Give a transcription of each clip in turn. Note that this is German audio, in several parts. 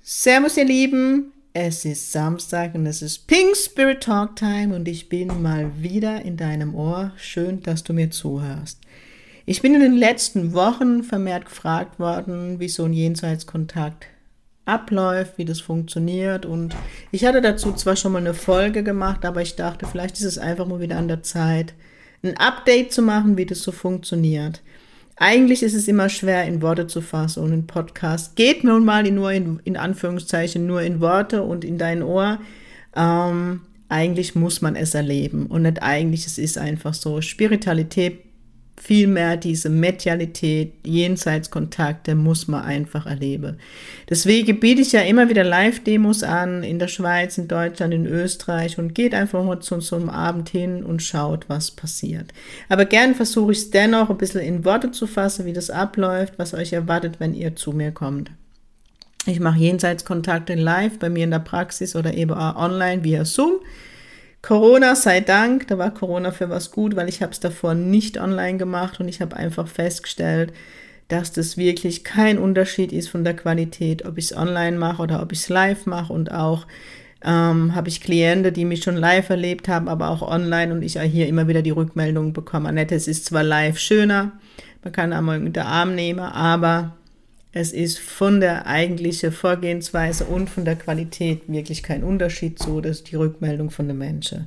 Servus ihr Lieben, es ist Samstag und es ist Pink Spirit Talk Time und ich bin mal wieder in deinem Ohr. Schön, dass du mir zuhörst. Ich bin in den letzten Wochen vermehrt gefragt worden, wie so ein Jenseitskontakt abläuft, wie das funktioniert, und ich hatte dazu zwar schon mal eine Folge gemacht, aber ich dachte, vielleicht ist es einfach mal wieder an der Zeit, ein Update zu machen, wie das so funktioniert. Eigentlich ist es immer schwer in Worte zu fassen, und ein Podcast geht nun mal in Anführungszeichen nur in Worte und in dein Ohr. Eigentlich muss man es erleben und nicht eigentlich, es ist einfach so. Spiritualität, vielmehr diese Medialität, Jenseitskontakte muss man einfach erleben. Deswegen biete ich ja immer wieder Live-Demos an, in der Schweiz, in Deutschland, in Österreich, und geht einfach mal zu so einem Abend hin und schaut, was passiert. Aber gern versuche ich es dennoch ein bisschen in Worte zu fassen, wie das abläuft, was euch erwartet, wenn ihr zu mir kommt. Ich mache Jenseitskontakte live bei mir in der Praxis oder eben auch online via Zoom. Corona sei Dank, da war Corona für was gut, weil ich habe es davor nicht online gemacht und ich habe einfach festgestellt, dass das wirklich kein Unterschied ist von der Qualität, ob ich es online mache oder ob ich es live mache, und auch habe ich Klienten, die mich schon live erlebt haben, aber auch online, und ich auch hier immer wieder die Rückmeldung bekomme. Annette, es ist zwar live schöner, man kann einmal mit der Arm nehmen, aber es ist von der eigentlichen Vorgehensweise und von der Qualität wirklich kein Unterschied zu, das ist die Rückmeldung von den Menschen.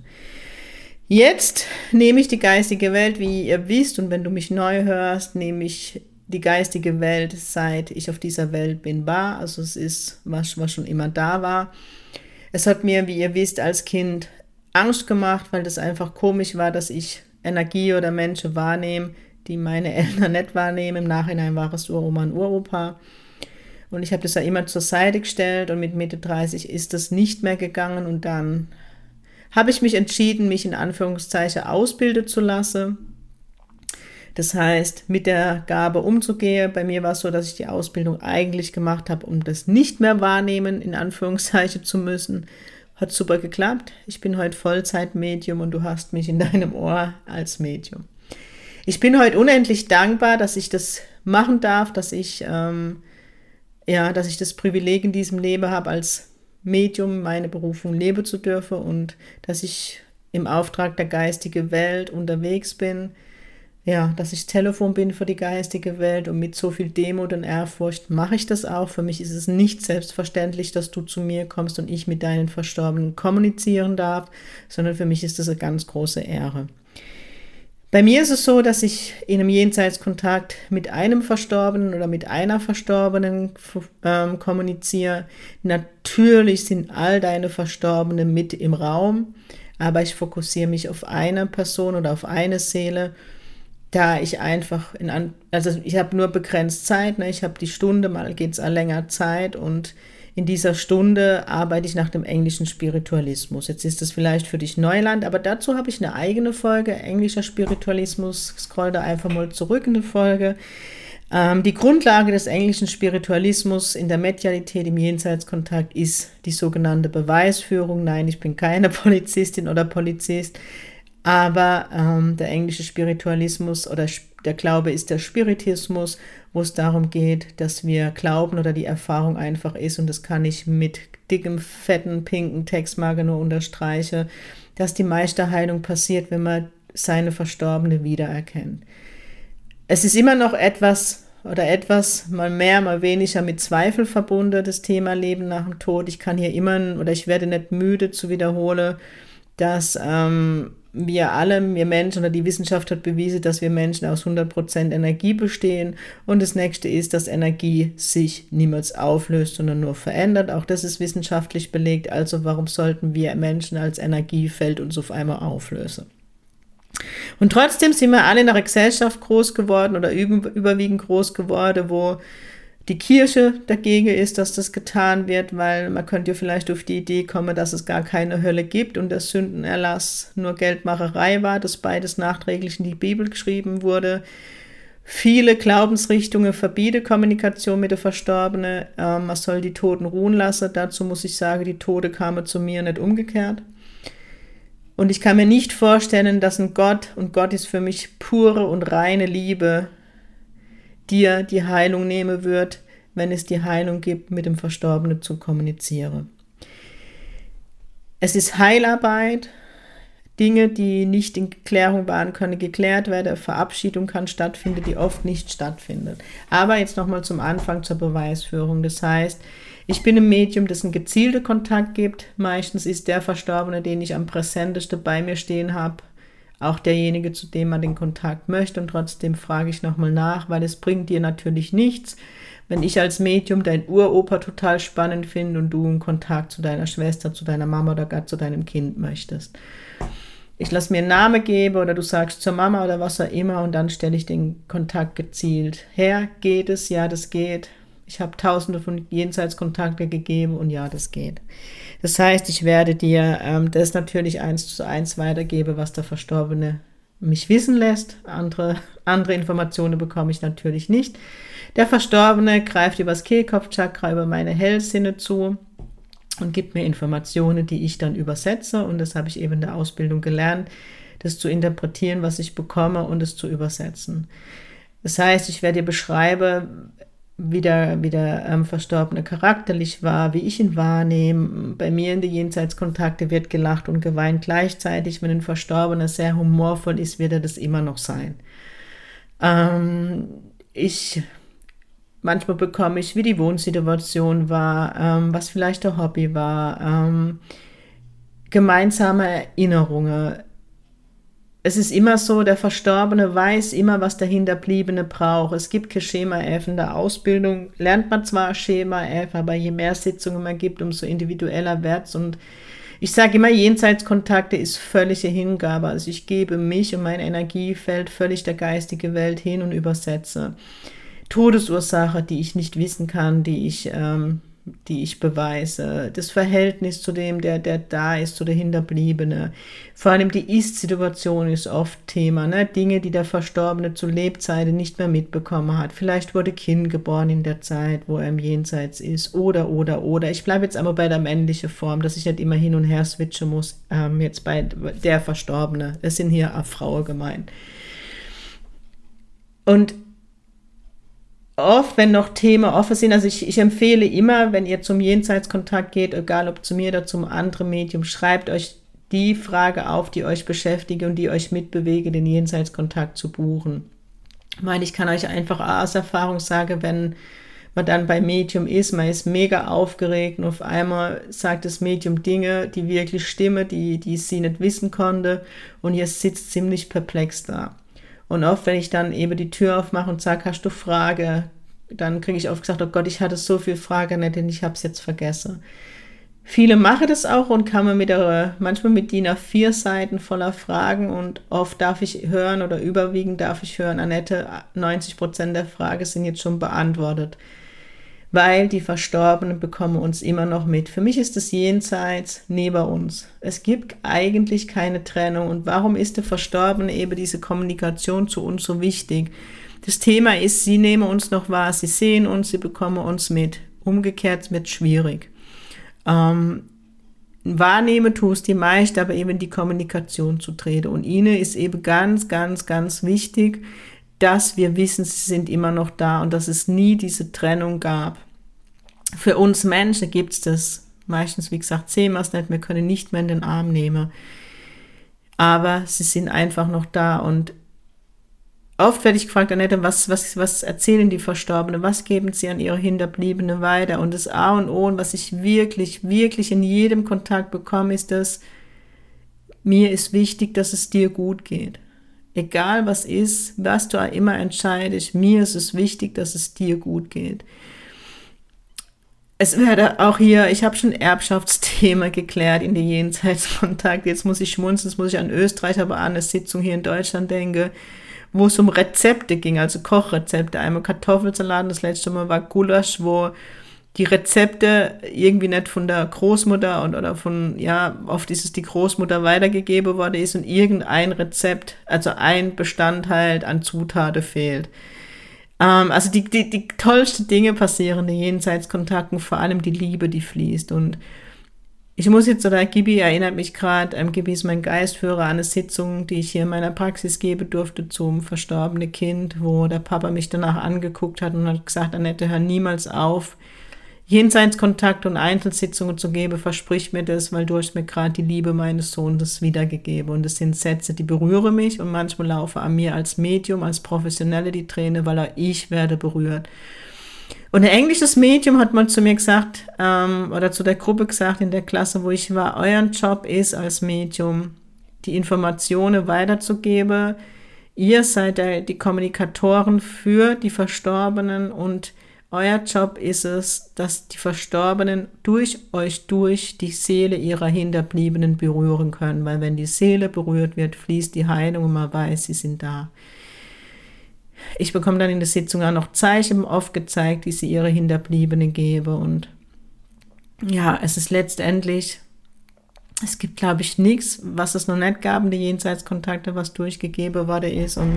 Jetzt nehme ich die geistige Welt, wie ihr wisst, und wenn du mich neu hörst, nehme ich die geistige Welt, seit ich auf dieser Welt bin, wahr. Also es ist, was schon immer da war. Es hat mir, wie ihr wisst, als Kind Angst gemacht, weil das einfach komisch war, dass ich Energie oder Menschen wahrnehme, die meine Eltern nicht wahrnehmen. Im Nachhinein war es Uroma und Uropa. Und ich habe das ja immer zur Seite gestellt, und mit Mitte 30 ist das nicht mehr gegangen, und dann habe ich mich entschieden, mich in Anführungszeichen ausbilden zu lassen. Das heißt, mit der Gabe umzugehen. Bei mir war es so, dass ich die Ausbildung eigentlich gemacht habe, um das nicht mehr wahrnehmen, in Anführungszeichen zu müssen. Hat super geklappt. Ich bin heute Vollzeitmedium und du hast mich in deinem Ohr als Medium. Ich bin heute unendlich dankbar, dass ich das machen darf, dass ich das Privileg in diesem Leben habe, als Medium meine Berufung leben zu dürfen, und dass ich im Auftrag der geistigen Welt unterwegs bin. Ja, dass ich Telefon bin für die geistige Welt, und mit so viel Demut und Ehrfurcht mache ich das auch. Für mich ist es nicht selbstverständlich, dass du zu mir kommst und ich mit deinen Verstorbenen kommunizieren darf, sondern für mich ist das eine ganz große Ehre. Bei mir ist es so, dass ich in einem Jenseitskontakt mit einem Verstorbenen oder mit einer Verstorbenen kommuniziere. Natürlich sind all deine Verstorbenen mit im Raum, aber ich fokussiere mich auf eine Person oder auf eine Seele, da ich einfach, ich habe nur begrenzt Zeit, ne? Ich habe die Stunde, mal geht es auch länger Zeit, und in dieser Stunde arbeite ich nach dem englischen Spiritualismus. Jetzt ist das vielleicht für dich Neuland, aber dazu habe ich eine eigene Folge, englischer Spiritualismus. Scroll da einfach mal zurück in die Folge. Die Grundlage des englischen Spiritualismus in der Medialität im Jenseitskontakt ist die sogenannte Beweisführung. Nein, ich bin keine Polizistin oder Polizist, aber der englische Spiritualismus oder der Glaube ist der Spiritismus, wo es darum geht, dass wir glauben oder die Erfahrung einfach ist, und das kann ich mit dickem, fetten, pinken Textmarke nur unterstreichen, dass die Meisterheilung passiert, wenn man seine Verstorbene wiedererkennt. Es ist immer noch etwas, mal mehr, mal weniger mit Zweifel verbunden, das Thema Leben nach dem Tod. Ich werde nicht müde zu wiederholen, dass wir Menschen, oder die Wissenschaft hat bewiesen, dass wir Menschen aus 100% Energie bestehen, und das nächste ist, dass Energie sich niemals auflöst, sondern nur verändert. Auch das ist wissenschaftlich belegt, also warum sollten wir Menschen als Energiefeld uns auf einmal auflösen? Und trotzdem sind wir alle in einer Gesellschaft groß geworden oder überwiegend groß geworden, wo die Kirche dagegen ist, dass das getan wird, weil man könnte ja vielleicht auf die Idee kommen, dass es gar keine Hölle gibt und der Sündenerlass nur Geldmacherei war, dass beides nachträglich in die Bibel geschrieben wurde. Viele Glaubensrichtungen verbieten Kommunikation mit den Verstorbenen. Man soll die Toten ruhen lassen. Dazu muss ich sagen, die Tote kamen zu mir, nicht umgekehrt. Und ich kann mir nicht vorstellen, dass ein Gott, und Gott ist für mich pure und reine Liebe, dir die Heilung nehmen wird, wenn es die Heilung gibt, mit dem Verstorbenen zu kommunizieren. Es ist Heilarbeit. Dinge, die nicht in Klärung waren, können geklärt werden. Verabschiedung kann stattfinden, die oft nicht stattfindet. Aber jetzt nochmal zum Anfang zur Beweisführung. Das heißt, ich bin ein Medium, das einen gezielten Kontakt gibt. Meistens ist der Verstorbene, den ich am präsentesten bei mir stehen habe, auch derjenige, zu dem man den Kontakt möchte. Und trotzdem frage ich nochmal nach, weil es bringt dir natürlich nichts, wenn ich als Medium dein Uropa total spannend finde und du einen Kontakt zu deiner Schwester, zu deiner Mama oder gar zu deinem Kind möchtest. Ich lasse mir einen Namen geben oder du sagst zur Mama oder was auch immer und dann stelle ich den Kontakt gezielt her. Geht es? Ja, das geht. Ich habe tausende von Jenseitskontakte gegeben und ja, das geht. Das heißt, ich werde dir das natürlich 1:1 weitergeben, was der Verstorbene mich wissen lässt. Andere Informationen bekomme ich natürlich nicht. Der Verstorbene greift über das Kehlkopfchakra, über meine Hellsinne zu und gibt mir Informationen, die ich dann übersetze. Und das habe ich eben in der Ausbildung gelernt, das zu interpretieren, was ich bekomme und es zu übersetzen. Das heißt, ich werde dir beschreiben, wie der Verstorbene charakterlich war, wie ich ihn wahrnehme. Bei mir in den Jenseitskontakte wird gelacht und geweint gleichzeitig. Wenn ein Verstorbene sehr humorvoll ist, wird er das immer noch sein. Manchmal bekomme ich, wie die Wohnsituation war, was vielleicht der Hobby war, gemeinsame Erinnerungen. Es ist immer so, der Verstorbene weiß immer, was der Hinterbliebene braucht. Es gibt kein Schema F. In der Ausbildung lernt man zwar Schema F, aber je mehr Sitzungen man gibt, umso individueller wird's. Und ich sage immer, Jenseitskontakte ist völlige Hingabe. Also ich gebe mich und mein Energiefeld völlig der geistigen Welt hin und übersetze Todesursache, die ich nicht wissen kann, die ich beweise, das Verhältnis zu dem, der da ist, zu der Hinterbliebene. Vor allem die Ist-Situation ist oft Thema, ne? Dinge, die der Verstorbene zu Lebzeiten nicht mehr mitbekommen hat. Vielleicht wurde Kind geboren in der Zeit, wo er im Jenseits ist, oder. Ich bleibe jetzt aber bei der männlichen Form, dass ich nicht immer hin und her switchen muss, jetzt bei der Verstorbene. Es sind hier auch Frauen gemeint. Und oft, wenn noch Themen offen sind, also ich empfehle immer, wenn ihr zum Jenseitskontakt geht, egal ob zu mir oder zum anderen Medium, schreibt euch die Frage auf, die euch beschäftigt und die euch mitbewege, den Jenseitskontakt zu buchen. Weil ich kann euch einfach aus Erfahrung sagen, wenn man dann bei Medium ist, man ist mega aufgeregt und auf einmal sagt das Medium Dinge, die wirklich stimmen, die sie nicht wissen konnte und ihr sitzt ziemlich perplex da. Und oft, wenn ich dann eben die Tür aufmache und sage, hast du Frage, dann kriege ich oft gesagt, oh Gott, ich hatte so viel Fragen, nicht, denn ich habe es jetzt vergessen. Viele machen das auch und kann man manchmal mit DIN A4 Seiten voller Fragen und oft darf ich hören oder überwiegend darf ich hören, Annette, 90% der Fragen sind jetzt schon beantwortet, weil die Verstorbenen bekommen uns immer noch mit. Für mich ist das Jenseits neben uns. Es gibt eigentlich keine Trennung. Und warum ist der Verstorbene eben diese Kommunikation zu uns so wichtig? Das Thema ist, sie nehmen uns noch wahr, sie sehen uns, sie bekommen uns mit. Umgekehrt wird es schwierig. Wahrnehmen tust die meist, aber eben die Kommunikation zu treten. Und ihnen ist eben ganz, ganz, ganz wichtig, dass wir wissen, sie sind immer noch da und dass es nie diese Trennung gab. Für uns Menschen gibt es das meistens, wie gesagt, sehen wir es nicht, wir können nicht mehr in den Arm nehmen. Aber sie sind einfach noch da und oft werde ich gefragt, Annette, was erzählen die Verstorbenen, was geben sie an ihre Hinterbliebene weiter? Und das A und O, und was ich wirklich, wirklich in jedem Kontakt bekomme, ist das, mir ist wichtig, dass es dir gut geht. Egal was ist, was du auch immer entscheidest, mir ist es wichtig, dass es dir gut geht. Es werde auch hier, ich habe schon Erbschaftsthema geklärt in den Jenseitskontakt. Jetzt muss ich schmunzeln, jetzt muss ich an Österreich, aber an eine Sitzung hier in Deutschland denke, wo es um Rezepte ging, also Kochrezepte. Einmal Kartoffelsalat, das letzte Mal war Gulasch, wo die Rezepte irgendwie nicht von der Großmutter oder von, ja, oft ist es die Großmutter weitergegeben worden ist und irgendein Rezept, also ein Bestandteil an Zutaten fehlt. Also die tollsten Dinge passieren in den Jenseitskontakten, vor allem die Liebe, die fließt. Und Ich muss jetzt, oder Gibi erinnert mich gerade, Gibi ist mein Geistführer, an eine Sitzung, die ich hier in meiner Praxis geben durfte zum verstorbenen Kind, wo der Papa mich danach angeguckt hat und hat gesagt, Annette, hör niemals auf, Jenseitskontakt und Einzelsitzungen zu geben, versprich mir das, weil du hast mir gerade die Liebe meines Sohnes wiedergegeben. Und das sind Sätze, die berühren mich und manchmal laufe an mir als Medium, als Professionelle die Träne, weil auch ich werde berührt. Und ein englisches Medium hat mal zu mir gesagt, oder zu der Gruppe gesagt in der Klasse, wo ich war, euer Job ist als Medium, die Informationen weiterzugeben. Ihr seid die Kommunikatoren für die Verstorbenen und euer Job ist es, dass die Verstorbenen durch euch durch die Seele ihrer Hinterbliebenen berühren können, weil wenn die Seele berührt wird, fließt die Heilung und man weiß, sie sind da. Ich bekomme dann in der Sitzung auch noch Zeichen aufgezeigt, die sie ihre Hinterbliebenen geben und ja, es ist letztendlich, es gibt glaube ich nichts, was es noch nicht gab in den Jenseitskontakte, was durchgegeben worden ist und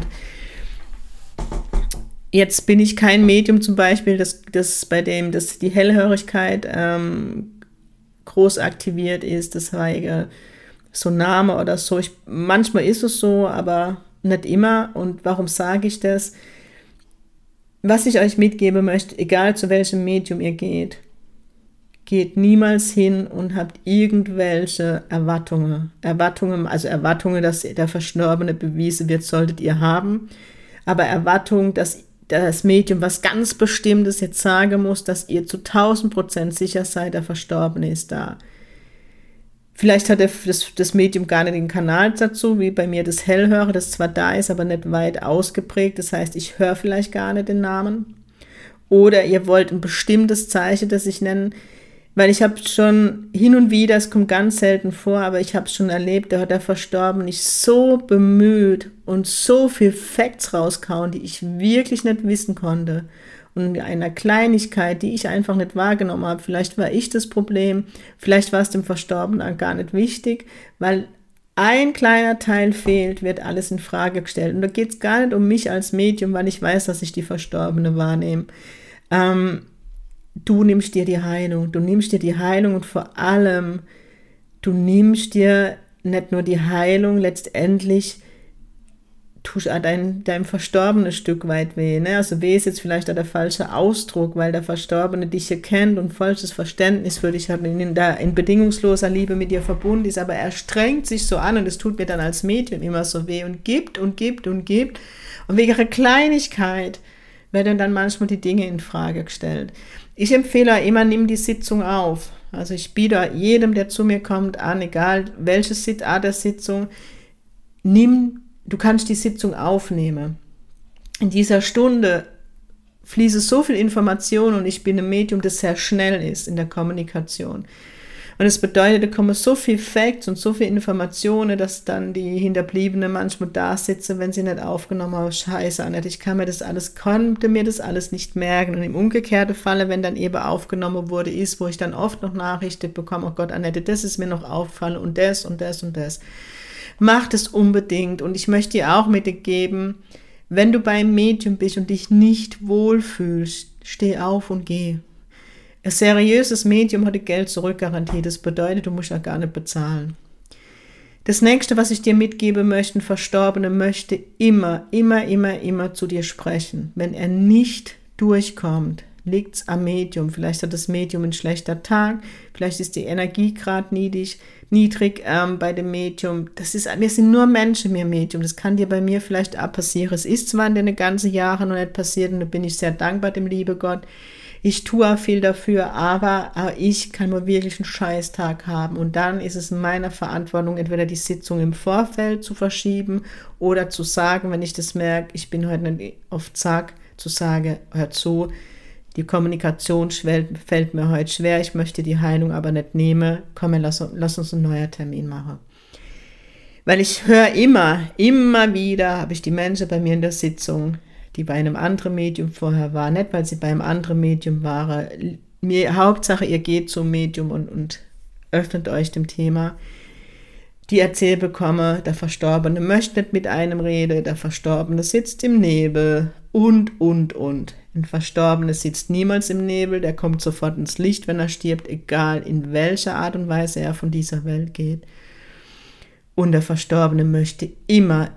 jetzt bin ich kein Medium zum Beispiel, bei dem die Hellhörigkeit groß aktiviert ist, das war so Name oder so. Manchmal ist es so, aber nicht immer. Und warum sage ich das? Was ich euch mitgeben möchte, egal zu welchem Medium ihr geht niemals hin und habt irgendwelche Erwartungen, dass der Verstorbene bewiesen wird, solltet ihr haben, aber Erwartungen, dass das Medium was ganz Bestimmtes jetzt sagen muss, dass ihr zu 1000% sicher seid, der Verstorbene ist da. Vielleicht hat das Medium gar nicht den Kanal dazu, wie bei mir das Hellhören, das zwar da ist, aber nicht weit ausgeprägt. Das heißt, ich höre vielleicht gar nicht den Namen. Oder ihr wollt ein bestimmtes Zeichen, das ich nenne, weil ich habe schon hin und wieder, es kommt ganz selten vor, aber ich habe schon erlebt, da hat der Verstorbene sich so bemüht und so viel Facts rauskauen, die ich wirklich nicht wissen konnte. Und mit einer Kleinigkeit, die ich einfach nicht wahrgenommen habe. Vielleicht war ich das Problem, vielleicht war es dem Verstorbenen gar nicht wichtig, weil ein kleiner Teil fehlt, wird alles in Frage gestellt. Und da geht es gar nicht um mich als Medium, weil ich weiß, dass ich die Verstorbene wahrnehme. Du nimmst dir die Heilung und vor allem, du nimmst dir nicht nur die Heilung, letztendlich tust du deinem Verstorbenen ein Stück weit weh. Ne? Also weh ist jetzt vielleicht auch der falsche Ausdruck, weil der Verstorbene dich hier kennt und falsches Verständnis für dich hat, in bedingungsloser Liebe mit dir verbunden ist, aber er strengt sich so an und es tut mir dann als Medium immer so weh und gibt und gibt und gibt und wegen ihrer Kleinigkeit werden dann manchmal die Dinge in Frage gestellt. Ich empfehle immer, nimm die Sitzung auf. Also ich biete jedem, der zu mir kommt, an, egal welche Art der Sitzung, du kannst die Sitzung aufnehmen. In dieser Stunde fließt so viel Information und ich bin ein Medium, das sehr schnell ist in der Kommunikation. Und es bedeutet, da kommen so viel Facts und so viel Informationen, dass dann die Hinterbliebenen manchmal da sitzen, wenn sie nicht aufgenommen haben, scheiße, Annette, konnte mir das alles nicht merken. Und im umgekehrten Falle, wenn dann eben aufgenommen wurde, wo ich dann oft noch Nachrichten bekomme, oh Gott, Annette, das ist mir noch aufgefallen und das und das und das. Mach das unbedingt. Und ich möchte dir auch mitgeben, wenn du beim Medium bist und dich nicht wohlfühlst, steh auf und geh. Ein seriöses Medium hat die Geld zurückgarantie. Das bedeutet, du musst ja gar nicht bezahlen. Das nächste, was ich dir mitgeben möchte, ein Verstorbene möchte immer zu dir sprechen. Wenn er nicht durchkommt, liegt es am Medium. Vielleicht hat das Medium einen schlechten Tag, vielleicht ist die Energie gerade niedrig bei dem Medium. Wir sind nur Menschen, wir Medium. Das kann dir bei mir vielleicht auch passieren. Es ist zwar in den ganzen Jahren noch nicht passiert und da bin ich sehr dankbar dem lieben Gott. Ich tue auch viel dafür, aber ich kann nur wirklich einen Scheißtag haben. Und dann ist es in meiner Verantwortung, entweder die Sitzung im Vorfeld zu verschieben oder zu sagen, wenn ich das merke, ich bin heute nicht auf Zack, zu sagen, hör zu, die Kommunikation fällt mir heute schwer, ich möchte die Heilung aber nicht nehmen, komm, lass uns einen neuen Termin machen. Weil ich höre immer wieder, habe ich die Menschen bei mir in der Sitzung, die bei einem anderen Medium vorher waren, nicht weil sie bei einem anderen Medium waren, Hauptsache ihr geht zum Medium und öffnet euch dem Thema, die erzählt bekomme, der Verstorbene möchte nicht mit einem reden, der Verstorbene sitzt im Nebel und. Ein Verstorbener sitzt niemals im Nebel, der kommt sofort ins Licht, wenn er stirbt, egal in welcher Art und Weise er von dieser Welt geht. Und der Verstorbene möchte immer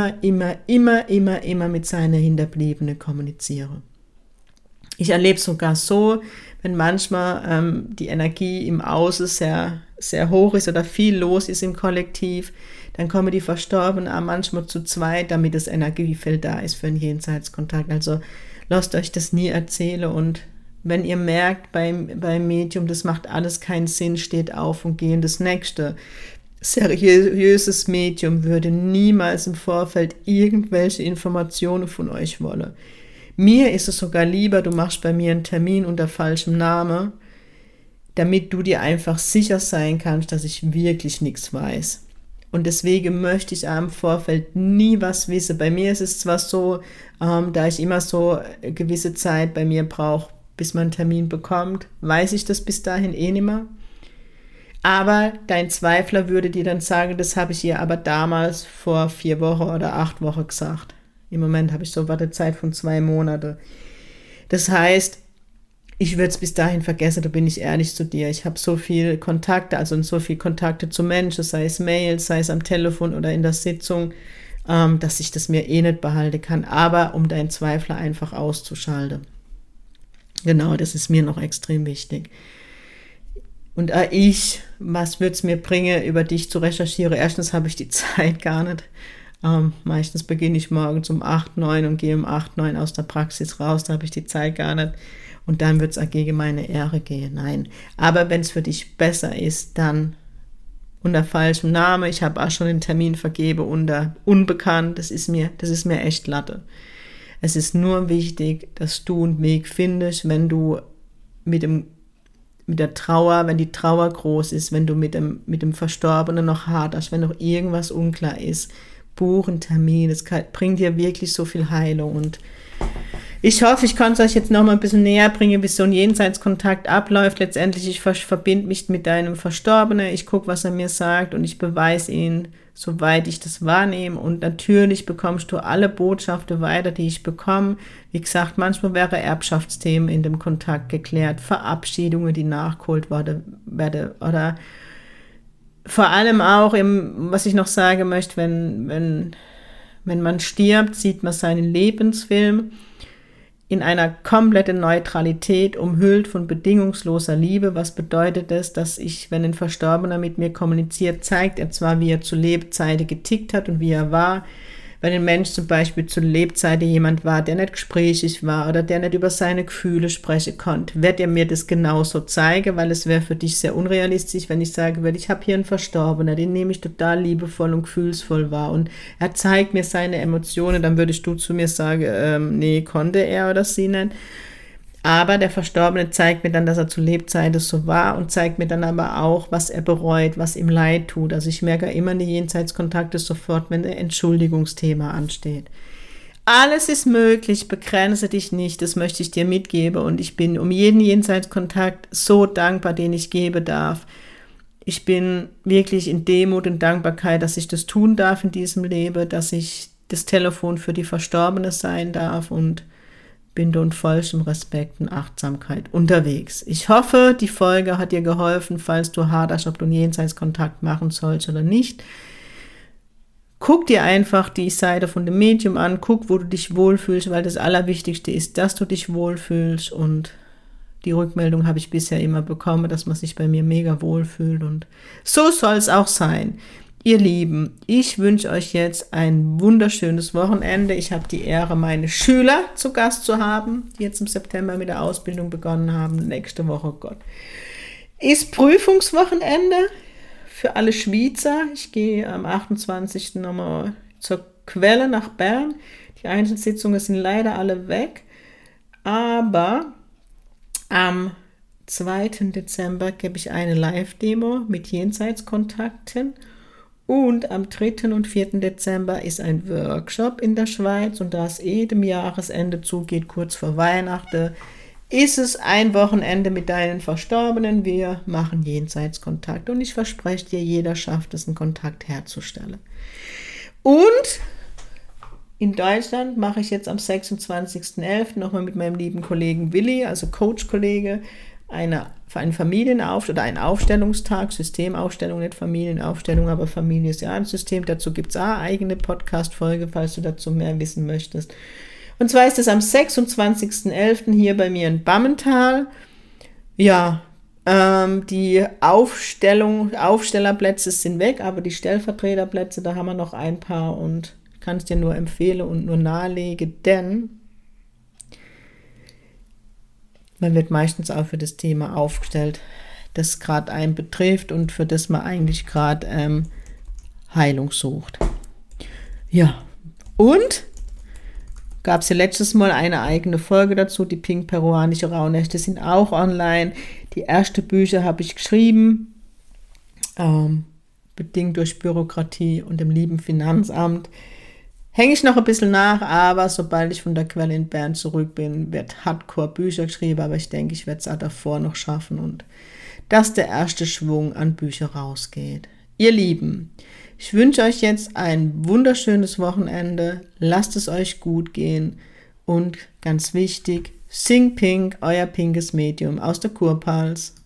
mit seiner Hinterbliebenen kommunizieren. Ich erlebe sogar so, wenn manchmal die Energie im Außen sehr, sehr hoch ist oder viel los ist im Kollektiv, dann kommen die Verstorbenen auch manchmal zu zweit, damit das Energiefeld da ist für einen Jenseitskontakt. Also lasst euch das nie erzählen, und wenn ihr merkt beim Medium, das macht alles keinen Sinn, steht auf und geht. Das nächste seriöses Medium würde niemals im Vorfeld irgendwelche Informationen von euch wollen. Mir ist es sogar lieber, du machst bei mir einen Termin unter falschem Namen, damit du dir einfach sicher sein kannst, dass ich wirklich nichts weiß. Und deswegen möchte ich am Vorfeld nie was wissen. Bei mir ist es zwar so, da ich immer so eine gewisse Zeit bei mir brauche, bis man einen Termin bekommt, weiß ich das bis dahin eh nicht mehr. Aber dein Zweifler würde dir dann sagen, das habe ich ihr aber damals vor 4 Wochen oder 8 Wochen gesagt. Im Moment habe ich so Wartezeit von 2 Monaten. Das heißt, ich würde es bis dahin vergessen, da bin ich ehrlich zu dir. Ich habe so viele Kontakte, also so viele Kontakte zu Menschen, sei es Mails, sei es am Telefon oder in der Sitzung, dass ich das mir eh nicht behalten kann. Aber um deinen Zweifler einfach auszuschalten. Genau, das ist mir noch extrem wichtig. Und was würde es mir bringen, über dich zu recherchieren? Erstens habe ich die Zeit gar nicht. Meistens beginne ich morgens um 8, 9 und gehe um 8, 9 aus der Praxis raus, da habe ich die Zeit gar nicht. Und dann wird es auch gegen meine Ehre gehen. Nein. Aber wenn es für dich besser ist, dann unter falschem Namen. Ich habe auch schon den Termin vergeben unter unbekannt. Das ist mir echt Latte. Es ist nur wichtig, dass du einen Weg findest, wenn du mit der Trauer, wenn die Trauer groß ist, wenn du mit dem Verstorbenen noch haderst, wenn noch irgendwas unklar ist, buch einen Termin. Das bringt dir wirklich so viel Heilung. Und ich hoffe, ich konnte es euch jetzt noch mal ein bisschen näher bringen, wie so ein Jenseitskontakt abläuft. Letztendlich, ich verbinde mich mit deinem Verstorbenen, ich gucke, was er mir sagt, und ich beweise ihn, soweit ich das wahrnehme. Und natürlich bekommst du alle Botschaften weiter, die ich bekomme. Wie gesagt, manchmal wäre Erbschaftsthemen in dem Kontakt geklärt, Verabschiedungen, die nachgeholt werden, oder vor allem auch, was ich noch sagen möchte, wenn man stirbt, sieht man seinen Lebensfilm in einer kompletten Neutralität, umhüllt von bedingungsloser Liebe. Was bedeutet das, dass wenn ein Verstorbener mit mir kommuniziert, zeigt er zwar, wie er zu Lebzeiten getickt hat und wie er war. Wenn ein Mensch zum Beispiel zu Lebzeiten jemand war, der nicht gesprächig war oder der nicht über seine Gefühle sprechen konnte, wird er mir das genauso zeigen, weil es wäre für dich sehr unrealistisch, wenn ich sagen würde, ich habe hier einen Verstorbenen, den nehme ich total liebevoll und gefühlsvoll wahr und er zeigt mir seine Emotionen, dann würdest du zu mir sagen, nee, konnte er oder sie nicht. Aber der Verstorbene zeigt mir dann, dass er zu Lebzeiten so war und zeigt mir dann aber auch, was er bereut, was ihm leid tut. Also ich merke immer die Jenseitskontakte sofort, wenn ein Entschuldigungsthema ansteht. Alles ist möglich, begrenze dich nicht, das möchte ich dir mitgeben. Und ich bin um jeden Jenseitskontakt so dankbar, den ich geben darf. Ich bin wirklich in Demut und Dankbarkeit, dass ich das tun darf in diesem Leben, dass ich das Telefon für die Verstorbene sein darf, und bin da in vollstem Respekt und Achtsamkeit unterwegs. Ich hoffe, die Folge hat dir geholfen, falls du haderst, ob du einen Jenseitskontakt machen sollst oder nicht. Guck dir einfach die Seite von dem Medium an, guck, wo du dich wohlfühlst, weil das Allerwichtigste ist, dass du dich wohlfühlst, und die Rückmeldung habe ich bisher immer bekommen, dass man sich bei mir mega wohlfühlt, und so soll es auch sein. Ihr Lieben, ich wünsche euch jetzt ein wunderschönes Wochenende. Ich habe die Ehre, meine Schüler zu Gast zu haben, die jetzt im September mit der Ausbildung begonnen haben. Nächste Woche, Gott, ist Prüfungswochenende für alle Schweizer. Ich gehe am 28. nochmal zur Quelle nach Bern. Die Einzelsitzungen sind leider alle weg, aber am 2. Dezember gebe ich eine Live-Demo mit Jenseitskontakten. Und am 3. und 4. Dezember ist ein Workshop in der Schweiz, und da es dem Jahresende zugeht, kurz vor Weihnachten, ist es ein Wochenende mit deinen Verstorbenen. Wir machen Jenseitskontakt, und ich verspreche dir, jeder schafft es, einen Kontakt herzustellen. Und in Deutschland mache ich jetzt am 26.11. nochmal mit meinem lieben Kollegen Willi, also Coach-Kollege, einen Familienaufstellung oder einen Aufstellungstag, Systemaufstellung, nicht Familienaufstellung, aber Familie ist ja ein System. Dazu gibt es auch eine eigene Podcast-Folge, falls du dazu mehr wissen möchtest. Und zwar ist es am 26.11. hier bei mir in Bammental. Ja, die Aufstellerplätze sind weg, aber die Stellvertreterplätze, da haben wir noch ein paar und ich kann es dir nur empfehlen und nur nahelegen, denn man wird meistens auch für das Thema aufgestellt, das gerade einen betrifft und für das man eigentlich gerade Heilung sucht. Ja, und gab es ja letztes Mal eine eigene Folge dazu, die pink-peruanische Rauhnächte sind auch online. Die ersten Bücher habe ich geschrieben, bedingt durch Bürokratie und dem lieben Finanzamt. Hänge ich noch ein bisschen nach, aber sobald ich von der Quelle in Bern zurück bin, wird Hardcore Bücher geschrieben, aber ich denke, ich werde es auch davor noch schaffen und dass der erste Schwung an Bücher rausgeht. Ihr Lieben, ich wünsche euch jetzt ein wunderschönes Wochenende, lasst es euch gut gehen und ganz wichtig, Sing Pink, euer pinkes Medium aus der Kurpals.